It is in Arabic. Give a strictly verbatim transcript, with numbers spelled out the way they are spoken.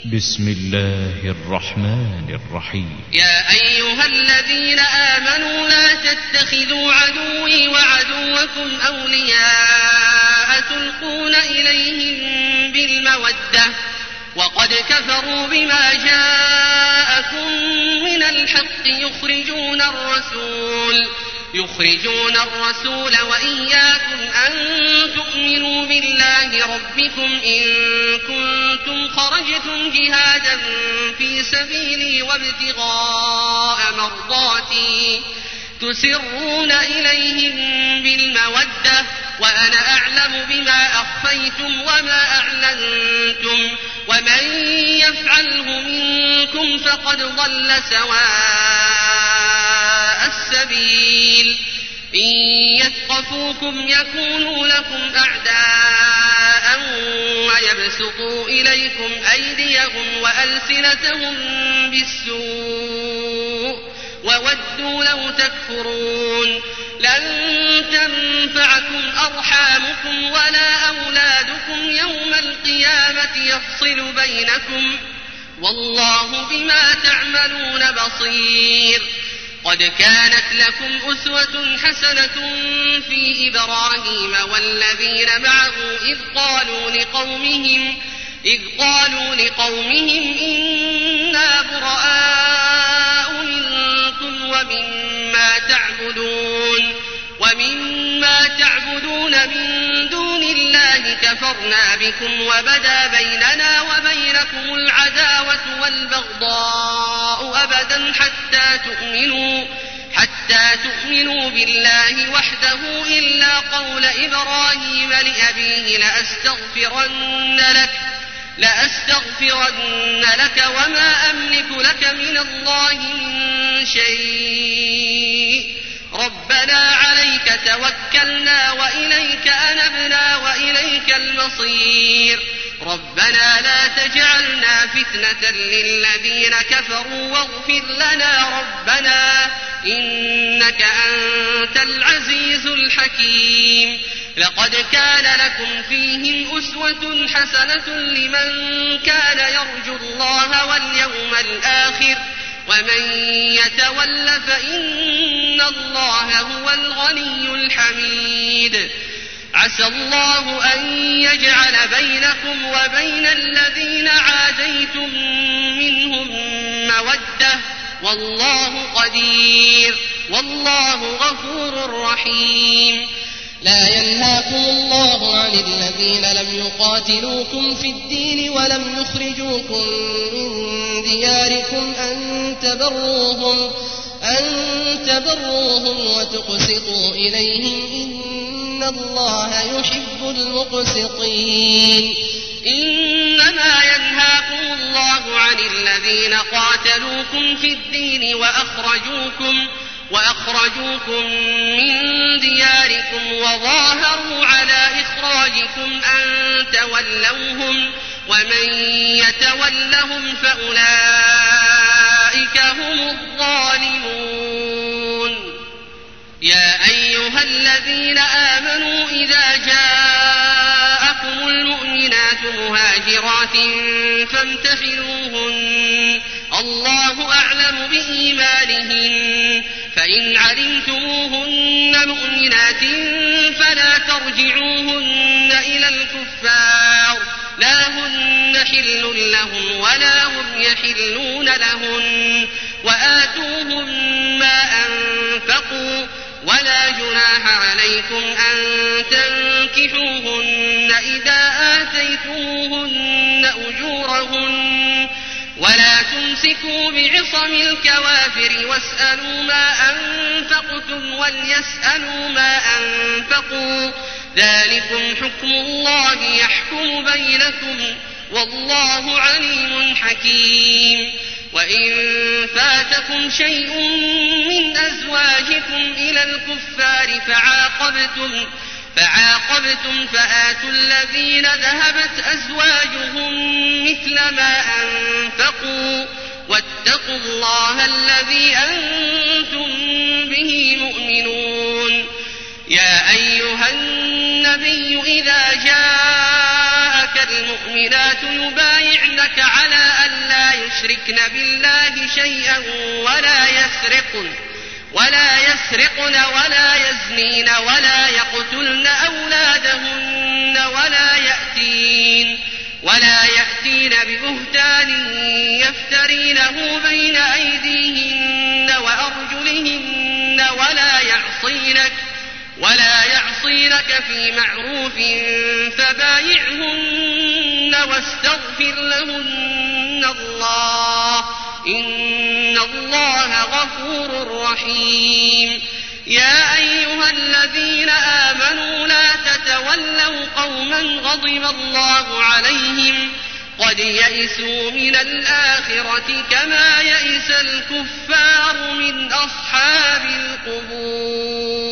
بسم الله الرحمن الرحيم. يا أيها الذين آمنوا لا تتخذوا عدوي وعدوكم أولياء تلقون إليهم بالمودة وقد كفروا بما جاءكم من الحق يخرجون الرسول يخرجون الرسول وإياكم أن تؤمنوا بالله ربكم إن كنتم خرجتم جهادا في سبيلي وابتغاء مرضاتي تسرون إليهم بالمودة وأنا أعلم بما أخفيتم وما أعلنتم ومن يفعله منكم فقد ضل سواء السبيل إن يثقفوكم يكونوا لكم أعداء ويبسطوا إليكم أيديهم وألسنتهم بالسوء وودوا لو تكفرون لن تنفعكم أرحامكم ولا أولادكم يوم القيامة يفصل بينكم والله بما تعملون بصير. قد كانت لكم أسوة حسنة في إبراهيم والذين معه إذ قالوا لقومهم إذ قالوا لقومهم إنا براء منكم ومما تعبدون ومما تعبدون من دون الله كفرنا بكم وبدا بيننا وبينكم العداوة والبغضاء أبدا حتى تؤمنوا حتى تؤمنوا بالله وحده إلا قول إبراهيم لأبيه لأستغفرن لك لأستغفرن لك وما أملك لك من الله من شيء ربنا عليك توكلنا وإليك أنبنا وإليك المصير ربنا لا تجعلنا فتنة للذين كفروا واغفر لنا ربنا إنك أنت العزيز الحكيم. لقد كان لكم فيهم أسوة حسنة لمن كان يرجو الله واليوم الآخر ومن يتول فإن الله هو الغني الحميد. عسى الله أن يجعل بينكم وبين الذين عاديتم منهم مودة والله قدير والله غفور رحيم. لا ينهاكم الله عن الذين لم يقاتلوكم في الدين ولم يخرجوكم من دياركم أن تبروهم, أن تبروهم وتقسطوا إليهم إن الله يحب المقسطين. إنما ينهاكم الله عن الذين قاتلوكم في الدين وأخرجوكم وأخرجوكم من دياركم وظاهروا على إخراجكم أن تولوهم ومن يتولهم فأولئك هم الظالمون. يا أيها الذين آمنوا إذا جاءكم المؤمنات مهاجرات فامتحنوهن الله أعلم بإيمانهن فإن علمتموهن مؤمنات فلا ترجعوهن إلى الكفار لا هن حل لهم ولا هم يحلون لهن وآتوهم ما أنفقوا ولا جناح عليكم أن تنكحوهن إذا آتيتموهن أجورهن ولا تمسكوا بعصم الكوافر واسألوا ما أنفقتم وليسألوا ما أنفقوا ذلكم حكم الله يحكم بينكم والله عليم حكيم. وإن فاتكم شيء من أزواجكم إلى الكفار فعاقبتم فعاقبتم فآتوا الذين ذهبت أزواجهم مثل ما أنفقوا واتقوا الله الذي أنتم به مؤمنون. يا أيها النبي إذا جاءك المؤمنون المؤمنات يبايعنك على أن لا يشركن بالله شيئا ولا يسرقن ولا يسرقن ولا يزنين ولا يقتلن أولادهن ولا يأتين ولا يأتين ببهتان يفترينه بين أيديهن وأرجلهن ولا يعصينك ولا يعصينك في معروف فبايعهن واستغفر لهن الله إن الله غفور رحيم. يا أيها الذين آمنوا لا تتولوا قوما غضب الله عليهم قد يئسوا من الآخرة كما يئس الكفار من أصحاب القبور.